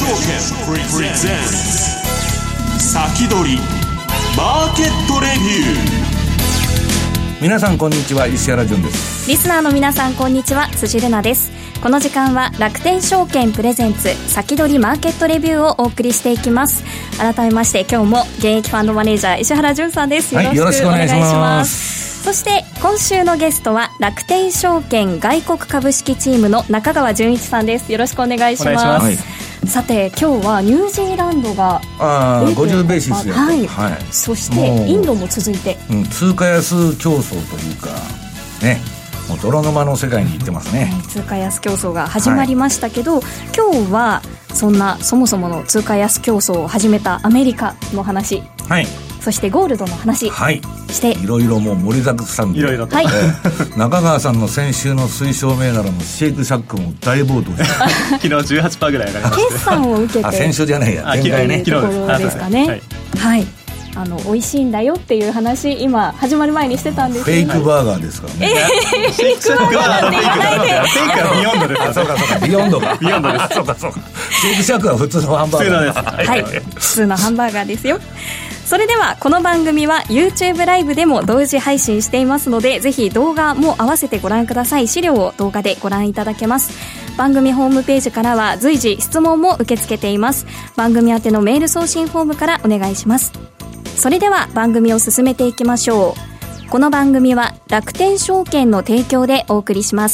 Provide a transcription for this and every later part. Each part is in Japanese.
証券プレゼンツ先取りマーケットレビュー。皆さんこんにちは、石原潤です。 リスナーの皆さんこんにちは、辻るなです。この時間は楽天証券プレゼンツ先取りマーケットレビューをお送りしていきます。改めまして今日も現役ファンドマネージャー石原潤さんです。よろしくお願いします。そして今週のゲストは楽天証券外国株式チームの中川純一さんです。よろしくお願いします。さて今日はニュージーランドが 50ベーシスや、 はいはい、そしてインドも続いて、 通貨安競争というかね、もう泥沼の世界に行ってますね。 通貨安競争が始まりましたけど、今日はそんなそもそもの通貨安競争を始めたアメリカの話、そしてゴールドの話、して、 いろいろもう盛りだくさんで、いろいろと、中川さんの先週の推奨銘柄のシェイクシャックも大暴騰して昨日 18% ぐらい上がりました。 決算を受けて先週じゃないや、前回ね、 ところですかね。美味しいんだよっていう話、今始まる前にしてたんですけど、フェイクバーガーですからね。 フェイクバーガーって言わないで。 フェイクはビヨンドです。 そうかビヨンドか。 ビヨンドです。 そうかシェイクシャックは普通のハンバーガーです。 はい、普通のハンバーガーですよ。それではこの番組は YouTube ライブでも同時配信していますので、ぜひ動画も合わせてご覧ください。資料を動画でご覧いただけます。番組ホームページからは随時質問も受け付けています。番組宛てのメール送信フォームからお願いします。それでは番組を進めていきましょう。この番組は楽天証券の提供でお送りします。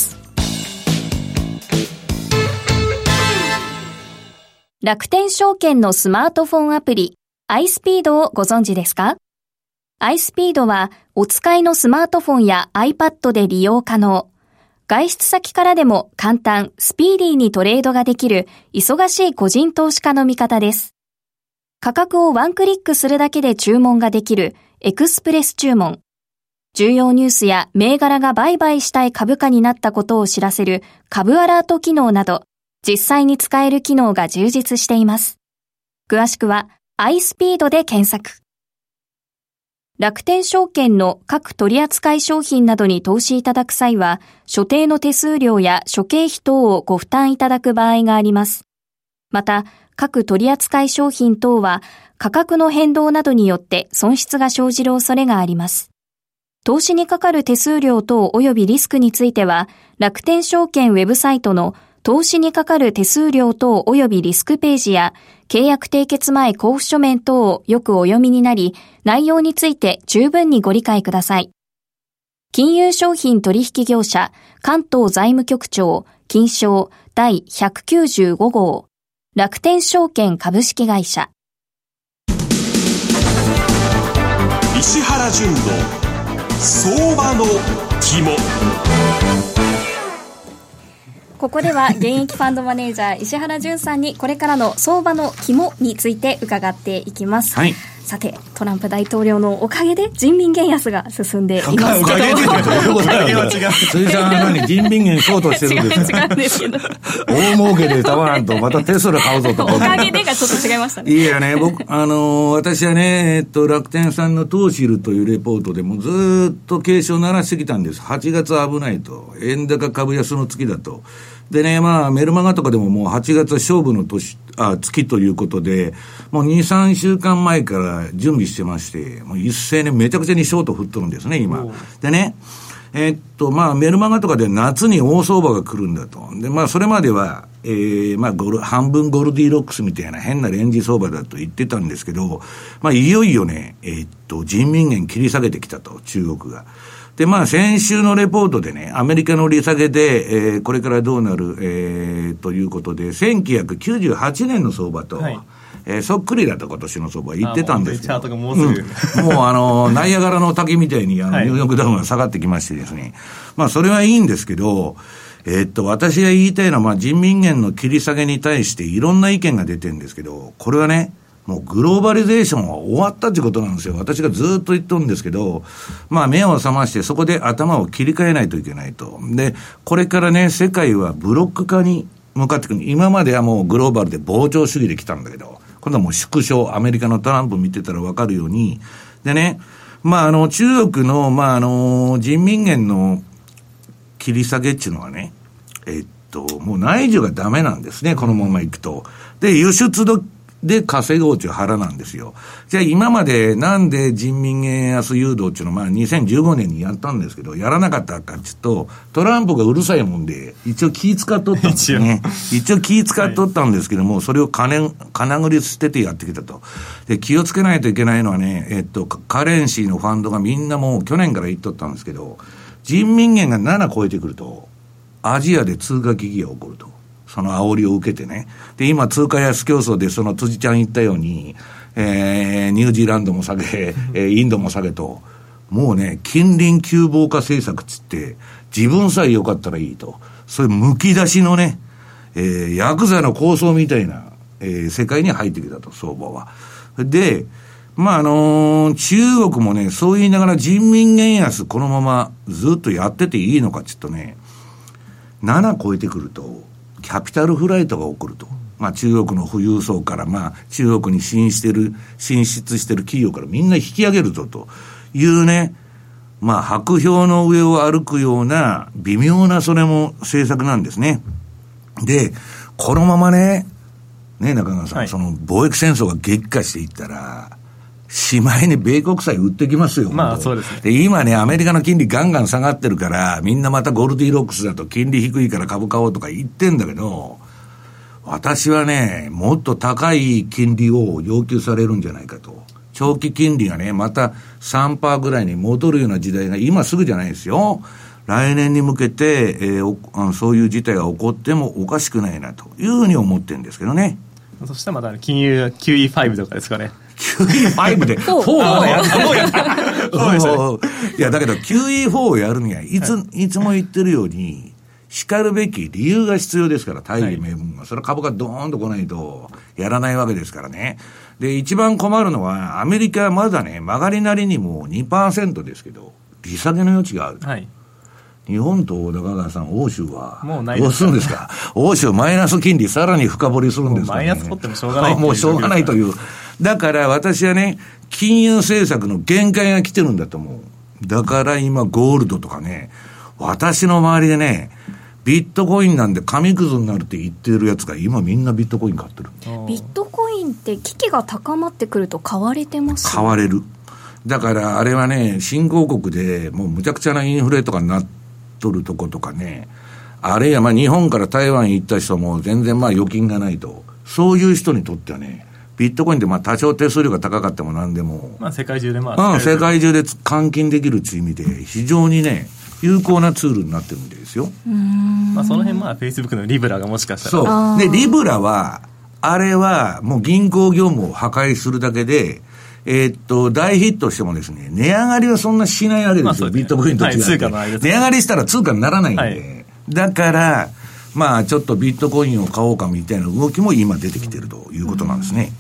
楽天証券のスマートフォンアプリiSpeed をご存知ですか？ iSpeed はお使いのスマートフォンや iPad で利用可能。外出先からでも簡単、スピーディーにトレードができる忙しい個人投資家の味方です。価格をワンクリックするだけで注文ができるエクスプレス注文。重要ニュースや銘柄が売買したい株価になったことを知らせる株アラート機能など、実際に使える機能が充実しています。詳しくはiSpeed で検索。楽天証券の各取扱商品などに投資いただく際は、所定の手数料や諸経費等をご負担いただく場合があります。また、各取扱商品等は価格の変動などによって損失が生じる恐れがあります。投資にかかる手数料等及びリスクについては、楽天証券ウェブサイトの投資にかかる手数料等及びリスクページや契約締結前交付書面等をよくお読みになり、内容について十分にご理解ください。金融商品取引業者関東財務局長金商第195号楽天証券株式会社。 石原潤の相場の肝。 ここでは現役ファンドマネージャー石原潤さんにこれからの相場の肝について伺っていきます。さてトランプ大統領のおかげで人民元安が進んでいますけど、おかげで辻さんは何人民元ショートしてるんですか？ 違うんですけど大儲けでたまらんとまたテスラ買うぞとおかげでがちょっと違いましたね。 いやね、私はね、楽天さんのトーシルというレポートでもずっと警鐘を鳴らしてきたんです。8月危ないと、円高株安の月だと。でね、メルマガとかでももう8月勝負の月ということで、もう2、3週間前から準備してまして、もう一斉にめちゃくちゃにショート振っとるんですね、今。でね、メルマガとかで夏に大相場が来るんだと。で、それまでは、半分ゴルディロックスみたいな変なレンジ相場だと言ってたんですけど、いよいよね、人民元切り下げてきたと、中国が。で、先週のレポートでね、アメリカの利下げで、これからどうなる、ということで、1998年の相場と、そっくりだと今年の相場言ってたんですけど、チャートがもうすぐ、もうナイアガラの滝みたいにニューヨークダウンが下がってきましてですね、それはいいんですけど、私が言いたいのは、人民元の切り下げに対していろんな意見が出てるんですけど、これはね、もうグローバリゼーションは終わったってことなんですよ。私がずっと言っとるんですけど、目を覚ましてそこで頭を切り替えないといけないと。で、これからね、世界はブロック化に向かってくる。今まではもうグローバルで膨張主義で来たんだけど、今度はもう縮小、アメリカのトランプ見てたらわかるように、でね、中国の、人民元の切り下げっていうのはね、 もう内需がダメなんですね、このままいくと。で、輸出で稼ごうという腹なんですよ。じゃあ今までなんで人民円安誘導っていうのを2015年にやったんですけど、やらなかったかっていうと、トランプがうるさいもんで、一応気使っとったんですね。一応気使っとったんですけども、それをかなぐり捨ててやってきたと。で、気をつけないといけないのはね、カレンシーのファンドがみんなもう去年から言っとったんですけど、人民元が7超えてくると、アジアで通貨危機が起こると。その煽りを受けてね。で、今、通貨安競争で、その辻ちゃん言ったように、ニュージーランドも下げ、インドも下げと、もうね、近隣急防化政策つって、自分さえ良かったらいいと。そういう剥き出しのね、ヤクザの構想みたいな、世界に入ってきたと、相場は。で、中国もね、そう言いながら人民元安このままずっとやってていいのかちょっとね、7超えてくると、キャピタルフライトが起こると。中国の富裕層から、中国に進出してる企業からみんな引き上げるぞというね、白氷の上を歩くような微妙なそれも政策なんですね。で、このままね、中川さん、その貿易戦争が激化していったら、しまいに米国債売ってきますよ。 そうですね。 で、今ね、アメリカの金利ガンガン下がってるから、みんなまたゴルディロックスだと金利低いから株買おうとか言ってんだけど、私はね、もっと高い金利を要求されるんじゃないかと。長期金利がね、また 3% ぐらいに戻るような時代が今すぐじゃないですよ。来年に向けて、そういう事態が起こってもおかしくないなというふうに思ってるんですけどね。 そしたらまだ金融 QE5 とかですかね。 QE5 で4 まだやったいやだけど QE4 をやるにはいつも言ってるように叱るべき理由が必要ですから、大義名分が、それは株がドーンと来ないとやらないわけですからね。で、一番困るのはアメリカはまだね、曲がりなりにも 2% ですけど利下げの余地がある、日本と中川さん、欧州はどうするんですか。欧州マイナス金利さらに深掘りするんですからね。 マイナス取ってもしょうがないもうしょうがないという。だから私はね、金融政策の限界が来てるんだと思う。だから今ゴールドとかね、私の周りでね、ビットコインなんで紙くずになるって言ってるやつが今みんなビットコイン買ってる。 ビットコインって危機が高まってくると買われてます？ 買われる。だからあれはね、新興国でもうむちゃくちゃなインフレとかになっとるとことかね、あるいは日本から台湾行った人も全然預金がないと、そういう人にとってはね、ビットコインで多少手数料が高かっても何でも、 世界中で世界中で換金できるという意味で非常にね、有効なツールになってるんですよ。 その辺フェイスブックのリブラがもしかしたら、 そうでリブラはあれはもう銀行業務を破壊するだけで、大ヒットしてもですね、値上がりはそんなしないわけですよ、ビットコインと違って。 通貨の間値上がりしたら通貨にならないんで、だからちょっとビットコインを買おうかみたいな動きも今出てきてるということなんですね。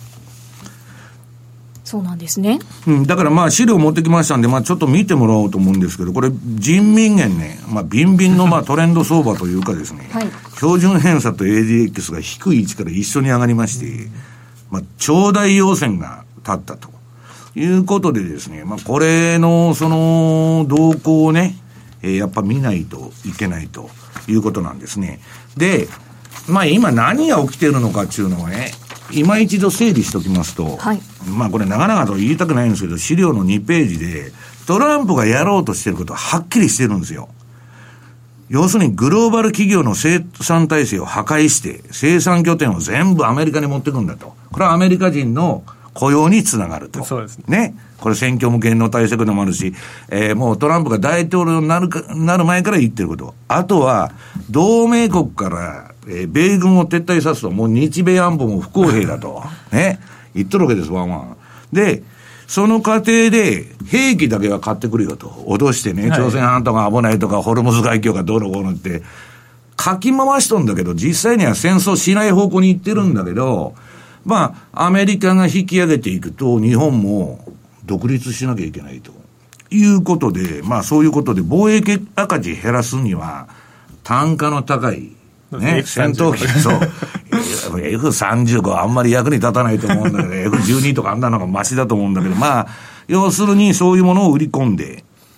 そうなんですね。 だから資料持ってきましたんで、ちょっと見てもらおうと思うんですけど、これ人民元ね、ビンビンのトレンド相場というかですね、標準偏差と ADX が低い位置から一緒に上がりまして、長大陽線が立ったということでですね、これのその動向をね、やっぱ見ないといけないということなんですね。で、今何が起きてるのかっていうのはね、今一度整理しておきますと、これ長々と言いたくないんですけど、資料の2ページでトランプがやろうとしてることははっきりしてるんですよ。要するにグローバル企業の生産体制を破壊して生産拠点を全部アメリカに持ってくんだと。これはアメリカ人の雇用につながると。 そうですね。これ選挙向けの対策でもあるし、もうトランプが大統領になる前から言ってること。あとは、同盟国から、米軍を撤退さすと、もう日米安保も不公平だと。ね。言っとるわけです、ワンワン。で、その過程で、兵器だけは買ってくるよと。脅してね、朝鮮半島が危ないとか、ホルムズ海峡がどうのこうのって、かき回しとんだけど、実際には戦争しない方向に行ってるんだけど、アメリカが引き上げていくと、日本も独立しなきゃいけないということで、そういうことで、貿易赤字減らすには、単価の高い、ね、戦闘機、そう。F35 あんまり役に立たないと思うんだけど、F12 とかあんなのがマシだと思うんだけど、要するにそういうものを売り込んで、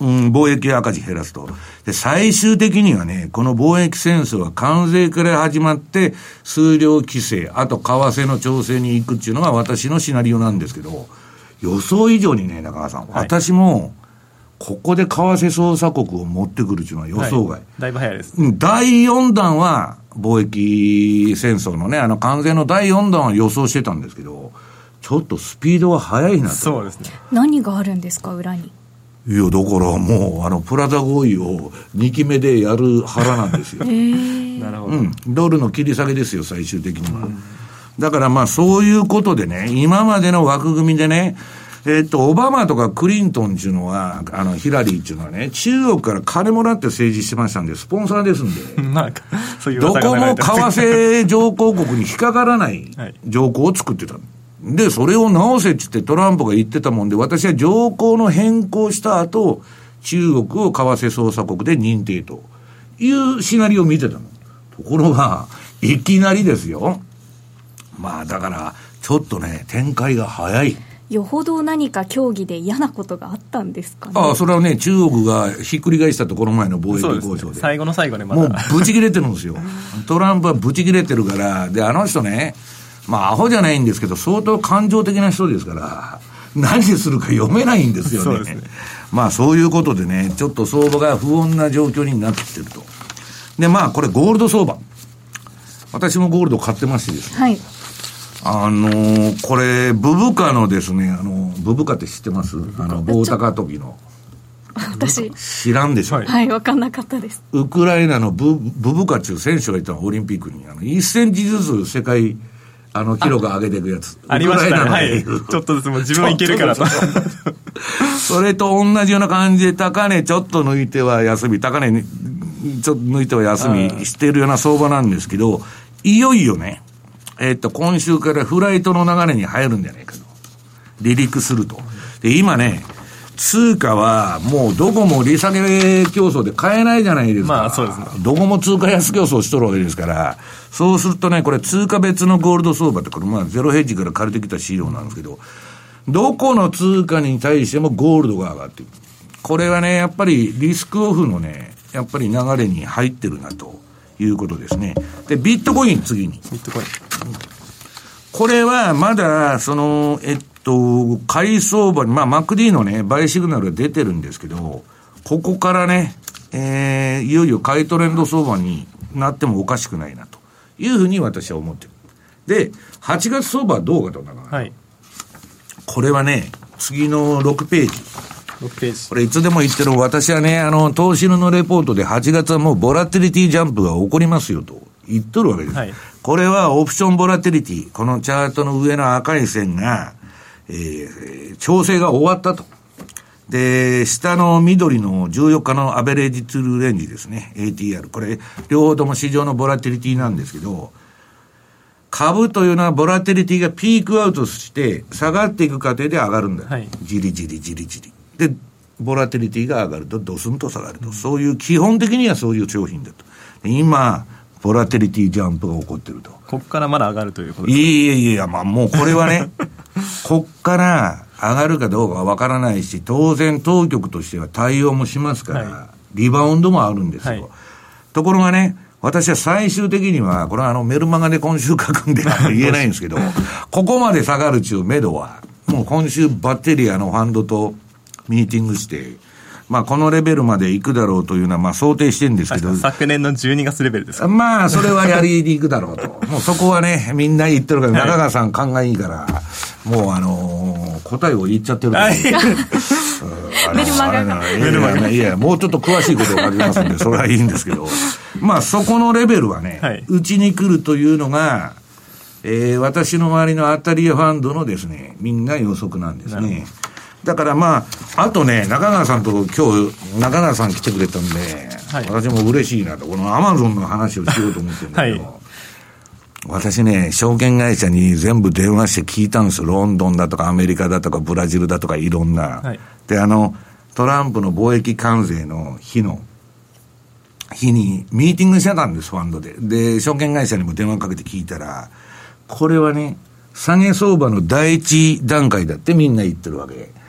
貿易赤字減らすと。で、最終的にはね、この貿易戦争は関税から始まって、数量規制、あと為替の調整に行くっていうのが私のシナリオなんですけど、予想以上にね、中川さん、私も、ここで為替操作国を持ってくるっていうのは予想外。 だいぶ早いです。 第4弾は、貿易戦争のね、関税の第4弾は予想してたんですけど、ちょっとスピードは速いなと。 そうですね。 何があるんですか、裏に。 いや、だからもう、プラザ合意を2期目でやる腹なんですよ。 なるほど。 ドルの切り下げですよ、最終的には。だからまあ、そういうことでね、今までの枠組みでね、オバマとかクリントンっていうのは、ヒラリーっていうのはね、中国から金もらって政治してましたんで、スポンサーですんで、 なんかそういうどこも為替条項国に引っかからない条項を作ってた。で、それを直せって言ってトランプが言ってたもんで、私は条項の変更した後、中国を為替操作国で認定というシナリオを見てたの。ところが、いきなりですよ。まあだから、ちょっとね、展開が早い。 よほど何か協議で嫌なことがあったんですかね。 ああ、それはね、中国がひっくり返したところ前の貿易交渉 で。 最後の最後でまだ。 もうブチ切れてるんですよ。トランプはブチ切れてるから、で、人ね、まあ、アホじゃないんですけど、相当感情的な人ですから、何するか読めないんですよね。そうですね。まあ、そういうことでね、ちょっと相場が不穏な状況になってきてると。で、まあ、これゴールド相場。私もゴールド買ってましてですね。 はい。 これ、ブブカのですね、ブブカって知ってます？棒高跳びの。 私。 知らんでしょ？ はい、わかんなかったです。 ウクライナのブブカっていう選手がいたの、オリンピックに。1センチずつ世界、記録上げていくやつ。 ありましたね。はい。ちょっとずつもう自分いけるからと。 それと同じような感じで、高値ちょっと抜いては休み、高値ちょっと抜いては休みしているような相場なんですけど、いよいよね、今週からフライトの流れに入るんじゃないかと。離陸すると。で、今ね、通貨はもうどこも利下げ競争で買えないじゃないですか。 まあそうですね。 どこも通貨安競争しとるわけですから、そうするとね、これ通貨別のゴールド相場って、これまあゼロヘッジから借りてきた資料なんですけど、どこの通貨に対してもゴールドが上がっている。これはね、やっぱりリスクオフのね、やっぱり流れに入ってるなということですね。で、ビットコイン次に。 ビットコイン。 これはまだ、買い相場に、まあ、MacD のね、バイシグナルが出てるんですけど、ここからね、いよいよ買いトレンド相場になってもおかしくないな、というふうに私は思ってる。で、8月相場はどうかと思うかな。はい。これはね、次の6ページ。 6ページ。 これいつでも言ってる、私はね、投資のレポートで8月はもうボラティリティジャンプが起こりますよと言っとるわけです。はい。これはオプションボラティリティ、このチャートの上の赤い線が、調整が終わったと。で、下の緑の14日のアベレージトゥルーレンジですね。ATR。これ、両方とも市場のボラティリティなんですけど、株というのはボラティリティがピークアウトして下がっていく過程で上がるんだ。はい。じりじりじりじり。で、ボラティリティが上がるとドスンと下がると。そういう、基本的にはそういう商品だと。今、ボラティリティジャンプが起こってると。 ここからまだ上がるということですか？ いや、まあもうこれはね、こっから上がるかどうかはわからないし、当然当局としては対応もしますから、はい、リバウンドもあるんですよ。はい、ところがね、私は最終的には、これはメルマガで今週書くんで言えないんですけど、ここまで下がるっていう目処は、もう今週バッテリアのファンドとミーティングして、まあこのレベルまで行くだろうというのはまあ想定してるんですけど。 昨年の12月レベルですか？ まあそれはやりに行くだろうと。もうそこはね、みんな言ってるから、中川さん勘がいいから、もう答えを言っちゃってる。 メルマガ。 いや、もうちょっと詳しいことがありますんで、それはいいんですけど。まあそこのレベルはね、うちに来るというのが、私の周りの当たり屋ファンドのですね、みんな予測なんですね。だからまあ、あとね、中川さんと今日、中川さん来てくれたんで、はい、私も嬉しいなと、このアマゾンの話をしようと思ってるんだけど、はい、私ね、証券会社に全部電話して聞いたんですよ。ロンドンだとかアメリカだとかブラジルだとかいろんな。はい、で、トランプの貿易関税の日にミーティングしてたんです、ファンドで。で、証券会社にも電話かけて聞いたら、これはね、下げ相場の第一段階だってみんな言ってるわけ。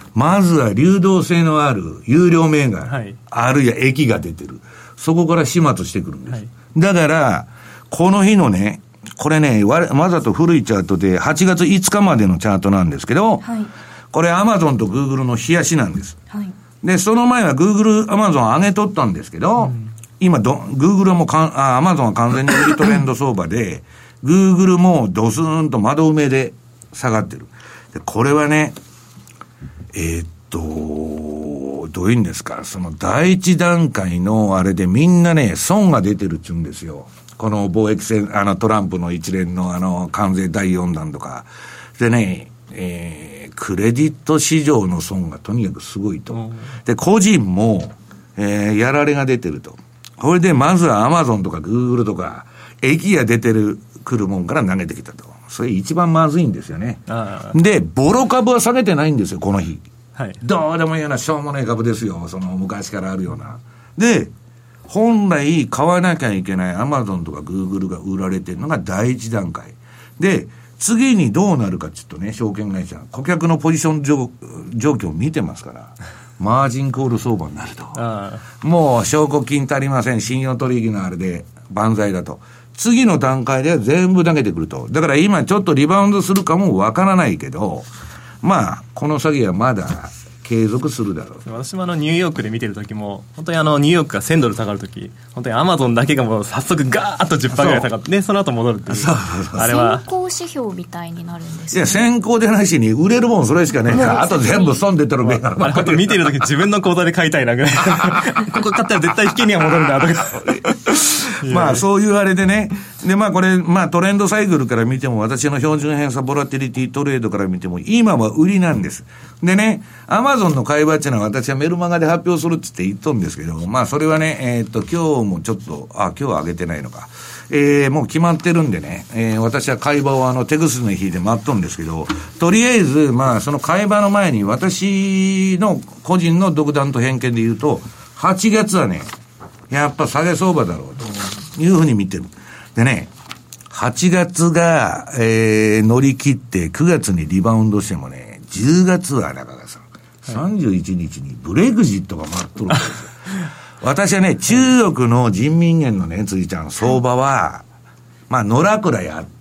まずは流動性のある有料銘柄、はい、あるいは益が出てる。そこから始末してくるんです。はい、だから、この日のね、これね、わざと古いチャートで8月5日までのチャートなんですけど、はい、これアマゾンとグーグルの冷やしなんです。はい、で、その前はグーグル、アマゾン上げとったんですけど、今グーグルもアマゾンは完全に売りトレンド相場で、グーグルもドスーンと窓埋めで下がってる。で、これはね、どういうんですか、その第一段階のあれでみんなね、損が出てるっちゅうんですよ。この貿易戦、トランプの一連の関税第4弾とか。でね、クレジット市場の損がとにかくすごいと。で、個人も、やられが出てると。これでまずはアマゾンとかグーグルとか、益が出てくるもんから投げてきたと。それ一番まずいんですよね。で、ボロ株は下げてないんですよ、この日。はい、どうでもいいようなしょうもない株ですよ。その昔からあるような。で、本来買わなきゃいけないアマゾンとかグーグルが売られてるのが第一段階。で、次にどうなるかちょっとね、証券会社、顧客のポジション状況を見てますから、マージンコール相場になると。もう証拠金足りません。信用取引のあれで万歳だと。次の段階では全部投げてくると。だから今ちょっとリバウンドするかもわからないけど、まあ、この詐欺はまだ継続するだろう。 私もニューヨークで見てる時も、本当にニューヨークが1000ドル下がる時、本当にアマゾンだけがもう早速ガーッと 10% ぐらい下がって、ね、その後戻るっていう。そうあれは。先行指標みたいになるんですね。 いや、先行でないしに、売れるもんそれしかねえから、あと全部損出てる銘柄ばっかり。 本当見てる時自分の口座で買いたいなぐらい。ここ買ったら絶対引けには戻るんだとか。 まあそういうあれでね。でまあこれ、まあトレンドサイクルから見ても、私の標準偏差ボラティリティトレードから見ても、今は売りなんです。でね、アマゾンの買い場っていうのは私はメルマガで発表するって言っとんですけど、まあそれはね、今日もちょっと、今日は上げてないのか。もう決まってるんでね、私は買い場を手ぐすの日で待っとんですけど、とりあえず、まあその買い場の前に私の個人の独断と偏見で言うと、8月はね、やっぱ下げ相場だろうというふうに見てる。でね、8月が、乗り切って9月にリバウンドしてもね、10月は中川さん、31日にブレグジットが待っとるんですよ。私はね、中国の人民元のね、辻ちゃん、相場は、まあ、野良くらいあって、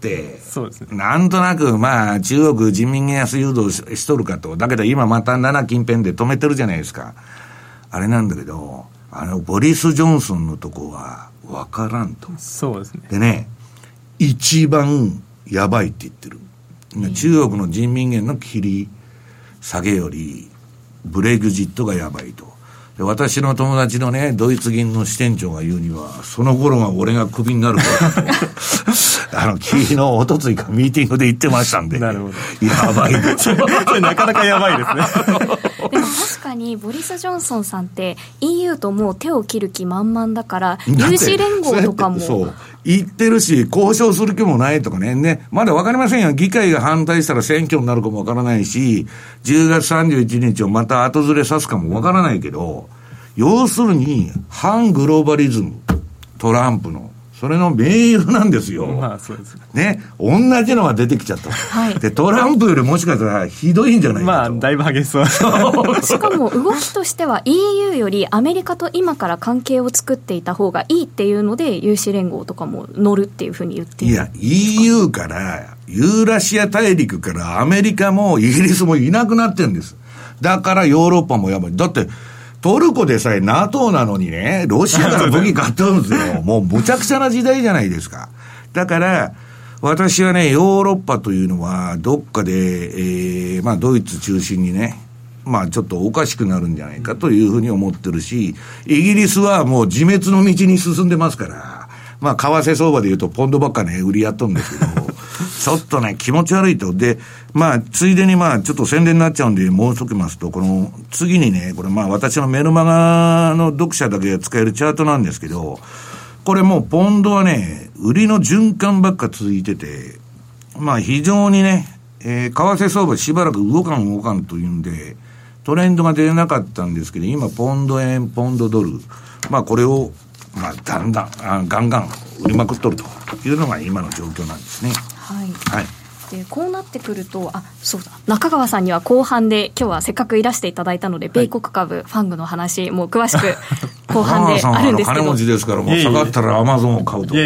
そうですね。 なんとなく、まあ、中国人民元安誘導 しとるかと。だけど今また7近辺で止めてるじゃないですか。あれなんだけど、ボリス・ジョンソンのとこは、わからんと。 そうですね。 でね、一番やばいって言ってる。中国の人民元の切り下げより、ブレグジットがやばいと。で私の友達のね、ドイツ銀の支店長が言うには、その頃は俺がクビになるからと。昨日、おとついかミーティングで言ってましたんで。 なるほど。 やばいです。 なかなかやばいですね。 でも確かに、ボリス・ジョンソンさんって EU ともう手を切る気満々だから、有志連合とかも。 そう。言ってるし、交渉する気もないとかね。まだわかりませんよ。議会が反対したら選挙になるかもわからないし、10月31日をまた後ずれさすかもわからないけど、要するに、反グローバリズム、トランプの、それの盟友なんですよ。 まあそうですね。同じのが出てきちゃった。はい。で、トランプよりもしかしたらひどいんじゃないかと。 まあ、だいぶ激しそう。 しかも動きとしては EU よりアメリカと今から関係を作っていた方がいいっていうので、有志連合とかも乗るっていうふうに言っている。 いや、EU から、ユーラシア大陸からアメリカもイギリスもいなくなってるんです。だからヨーロッパもやばい。だって、トルコでさえ NATO なのにね、ロシアから武器買ってるんですよ。もうむちゃくちゃな時代じゃないですか。だから、私はね、ヨーロッパというのは、どっかで、まあ、ドイツ中心にね、まあ、ちょっとおかしくなるんじゃないかというふうに思ってるし、イギリスはもう自滅の道に進んでますから、まあ、為替相場で言うと、ポンドばっかね、売りやっとるんですけど、ちょっとね、気持ち悪いと。で、まあ、ついでにまあ、ちょっと宣伝になっちゃうんで、申しときますと、この、次にね、これまあ、私のメルマガの読者だけが使えるチャートなんですけど、これもう、ポンドはね、売りの循環ばっか続いてて、まあ、非常にね、為替相場しばらく動かんというんで、トレンドが出なかったんですけど、今、ポンド円、ポンドドル、まあ、これを、まあ、ガンガン売りまくっとるというのが今の状況なんですね。 はい。 はい。 でこうなってくると、そうだ、中川さんには後半で今日はせっかくいらしていただいたので、米国株ファングの話もう詳しく後半であるんですけど、 金持ちですから、もう下がったらアマゾンを買うと。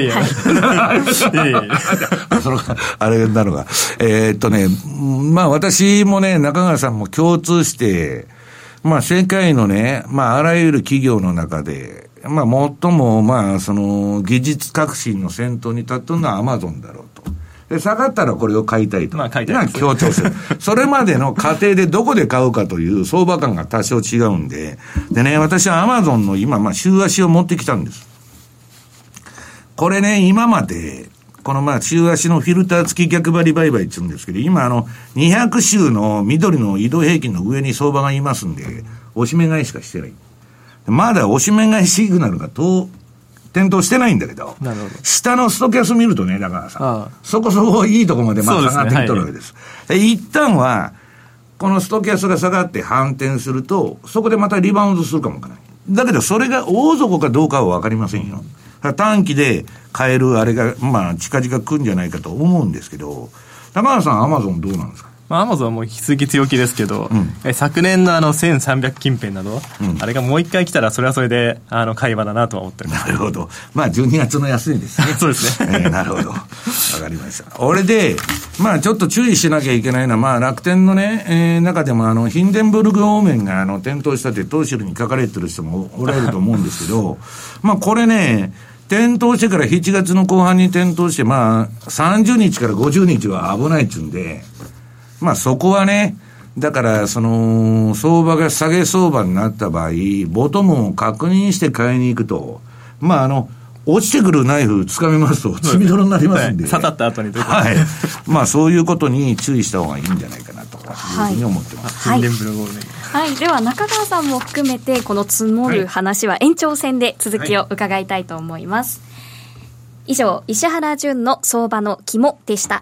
そのあれなのがまあ私もね、中川さんも共通して、まあ世界のね、まああらゆる企業の中で、まあ最もまあその技術革新の先頭に立ってるのはアマゾンだろうと。で、下がったらこれを買いたいと。まあ買いたいです。強調する。それまでの過程でどこで買うかという相場感が多少違うんで、でね、私はアマゾンの今、まあ週足を持ってきたんです。これね、今まで、このまあ週足のフィルター付き逆張り売買って言うんですけど、今200週の緑の移動平均の上に相場がいますんで、押し目買いしかしてない。まだ押し目買いシグナルが点灯してないんだけど、 なるほど。 下のストキャス見るとね、だからさ、そこそこいいとこまでまあ下がってきてるわけです。一旦は、このストキャスが下がって反転すると、そこでまたリバウンドするかもわからない。だけどそれが大底かどうかはわかりませんよ。短期で買えるあれが、まあ近々来るんじゃないかと思うんですけど、高橋さん、アマゾンどうなんですか？ アマゾンはもう引き続き強気ですけど、昨年の1300近辺など、あれがもう一回来たらそれはそれで買い場だなとは思っております。 なるほど。まあ12月の安いですね。 そうですね。 なるほど。わかりました。俺で、まあちょっと注意しなきゃいけないのは、まあ楽天のね、中でもヒンデンブルグオーメンが転倒したって東芝に書かれてる人もおられると思うんですけど、まあこれね、転倒してから7月の後半に転倒して、まあ30日から50日は危ないっつうんで、まあそこはね、だから相場が下げ相場になった場合、ボトムを確認して買いに行くと、まあ落ちてくるナイフ掴みますと血みどろになりますんで、 刺さった後にというか、 はい、まあそういうことに注意した方がいいんじゃないかなというふうに思ってます。 はい、では中川さんも含めてこの積もる話は延長戦で続きを伺いたいと思います。以上、石原淳の相場の肝でした。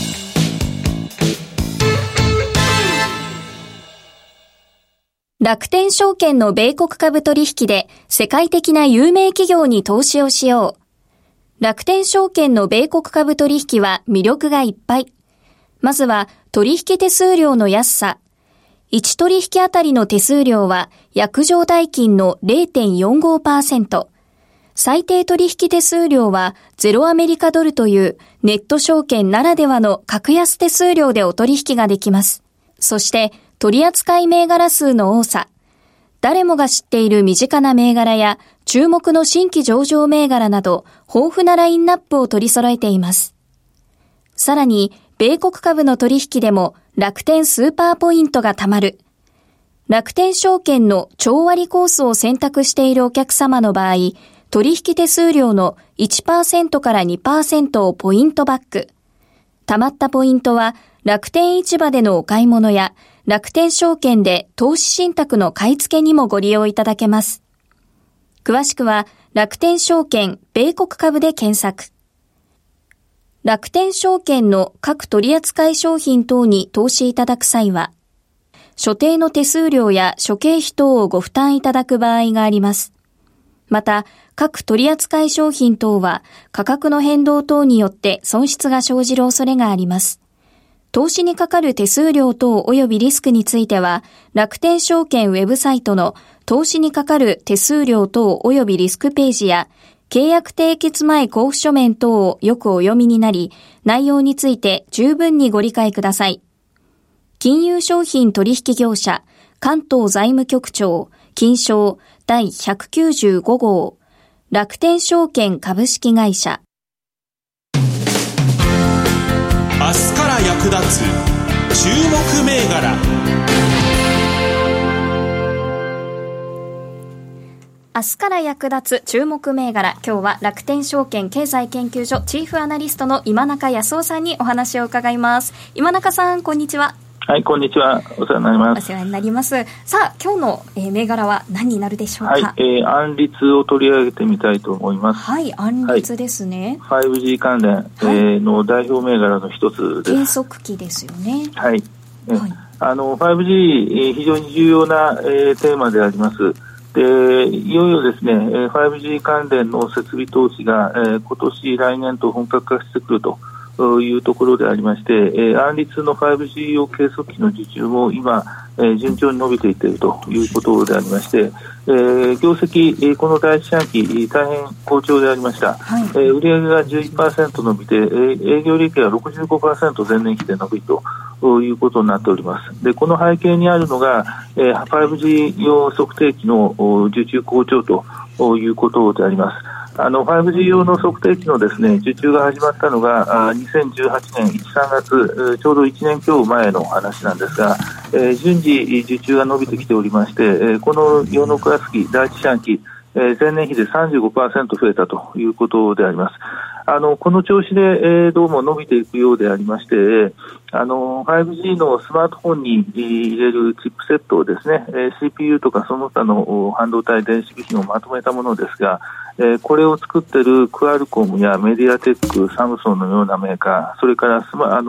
楽天証券の米国株取引で世界的な有名企業に投資をしよう。楽天証券の米国株取引は魅力がいっぱい。まずは取引手数料の安さ。1取引あたりの手数料は約定代金の 0.45%。最低取引手数料は0アメリカドルというネット証券ならではの格安手数料でお取引ができます。そして取扱い銘柄数の多さ。誰もが知っている身近な銘柄や注目の新規上場銘柄など豊富なラインナップを取り揃えています。さらに、米国株の取引でも楽天スーパーポイントが貯まる。楽天証券の超割コースを選択しているお客様の場合、取引手数料の 1% から 2% をポイントバック。貯まったポイントは楽天市場でのお買い物や楽天証券で投資信託の買い付けにもご利用いただけます。詳しくは楽天証券米国株で検索。楽天証券の各取扱商品等に投資いただく際は、所定の手数料や諸経費等をご負担いただく場合があります。また、各取扱商品等は価格の変動等によって損失が生じる恐れがあります。投資にかかる手数料等及びリスクについては、楽天証券ウェブサイトの投資にかかる手数料等及びリスクページや、契約締結前交付書面等をよくお読みになり、内容について十分にご理解ください。金融商品取引業者、関東財務局長、金商第195号、楽天証券株式会社。 明日から役立つ注目銘柄。 明日から役立つ注目銘柄。今日は楽天証券経済研究所チーフアナリストの今中康夫さんにお話を伺います。今中さん、こんにちは。 はい、こんにちは。お世話になります。 お世話になります。さあ、今日の、銘柄は何になるでしょうか。 はい、安立を取り上げてみたいと思います。 はい、安立ですね。 はい、5G 関連、の代表銘柄の一つです。 計測器ですよね。 はい。5G、非常に重要な、テーマであります。で、いよいよですね、5G 関連の設備投資が、今年来年と本格化してくるというところでありまして、安立の 5G 用計測器の受注も今、順調に伸びていっているということでありまして、業績、この第一四半期大変好調でありました、はい、売上が 11% 伸びて、営業利益が 65% 前年比で伸びということになっております。で、この背景にあるのが、5G 用測定器の受注好調ということであります。5G 用の測定器のですね、受注が始まったのが2018年1、3月、ちょうど1年強前の話なんですが、順次受注が伸びてきておりまして、この用のクラス機第一四半期、前年比で 35% 増えたということであります。この調子で、どうも伸びていくようでありまして、5G のスマートフォンに入れるチップセットをですね、CPU とかその他の半導体電子部品をまとめたものですが、これを作っているクアルコムやメディアテック、サムソンのようなメーカー、それから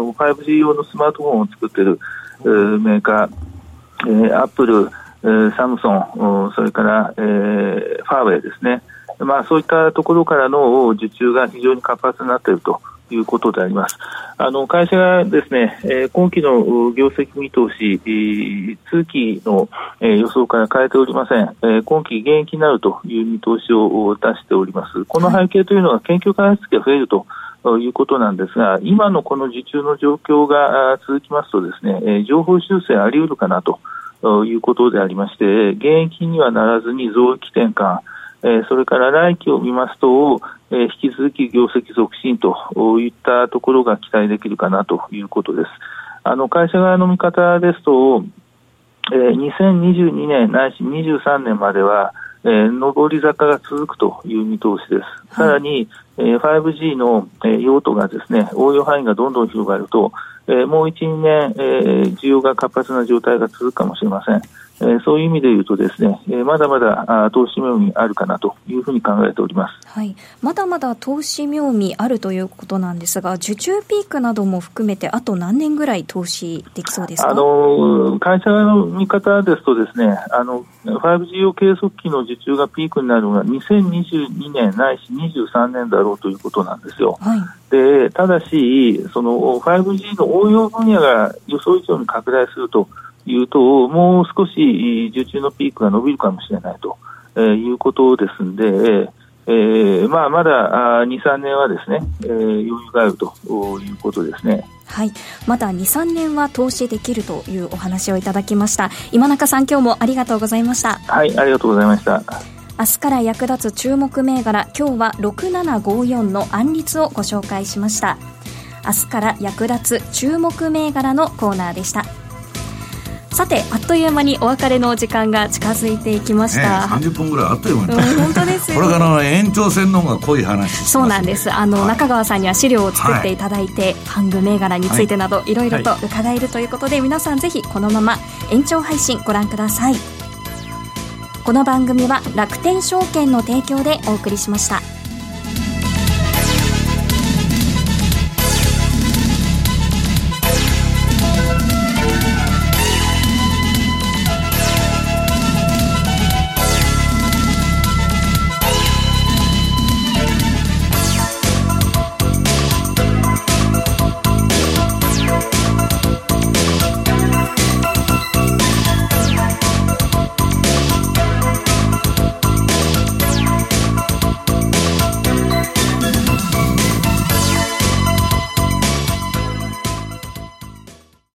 5G 用のスマートフォンを作っているメーカー、アップル、サムソン、それから、ファーウェイですね。そういったところからの受注が非常に活発になっているということであります。会社がですね、今期の業績見通し、通期の予想から変えておりません。今期減益になるという見通しを出しております。この背景というのは研究開発費が増えるということなんですが、今のこの受注の状況が続きますとですね、情報修正あり得るかなということでありまして、減益にはならずに増益転換、それから来期を見ますと、引き続き業績促進といったところが期待できるかなということです。会社側の見方ですと、2022年ないし23年までは、上り坂が続くという見通しです。さらに、5G の用途がですね、応用範囲がどんどん広がると、もう1、2年、需要が活発な状態が続くかもしれません。そういう意味で言うとですね、まだまだ投資妙味あるかなというふうに考えております。 はい、まだまだ投資妙味あるということなんですが、受注ピークなども含めてあと何年ぐらい投資できそうですか？ 会社の見方ですとですね、5G 用計測器の受注がピークになるのが2022年ないし23年だろうということなんですよ。はい、で、ただしその 5G の応用分野が予想以上に拡大するというと、もう少し受注のピークが伸びるかもしれないと、いうことですので、まだ2、3年はですね、余裕があるということですね。 はい、まだ 2,3 年は投資できるというお話をいただきました。今中さん、今日もありがとうございました。 はい、ありがとうございました。 明日から役立つ注目銘柄、今日は6754の安立をご紹介しました。明日から役立つ注目銘柄のコーナーでした。さて、あっという間にお別れのお時間が近づいていきました。 30分ぐらいあっという間に、 本当ですよ。 これから延長戦の方が濃い話します。 そうなんです。中川さんには資料を作っていただいて、ハング銘柄についてなどいろいろと伺えるということで、皆さんぜひこのまま延長配信ご覧ください。この番組は楽天証券の提供でお送りしました。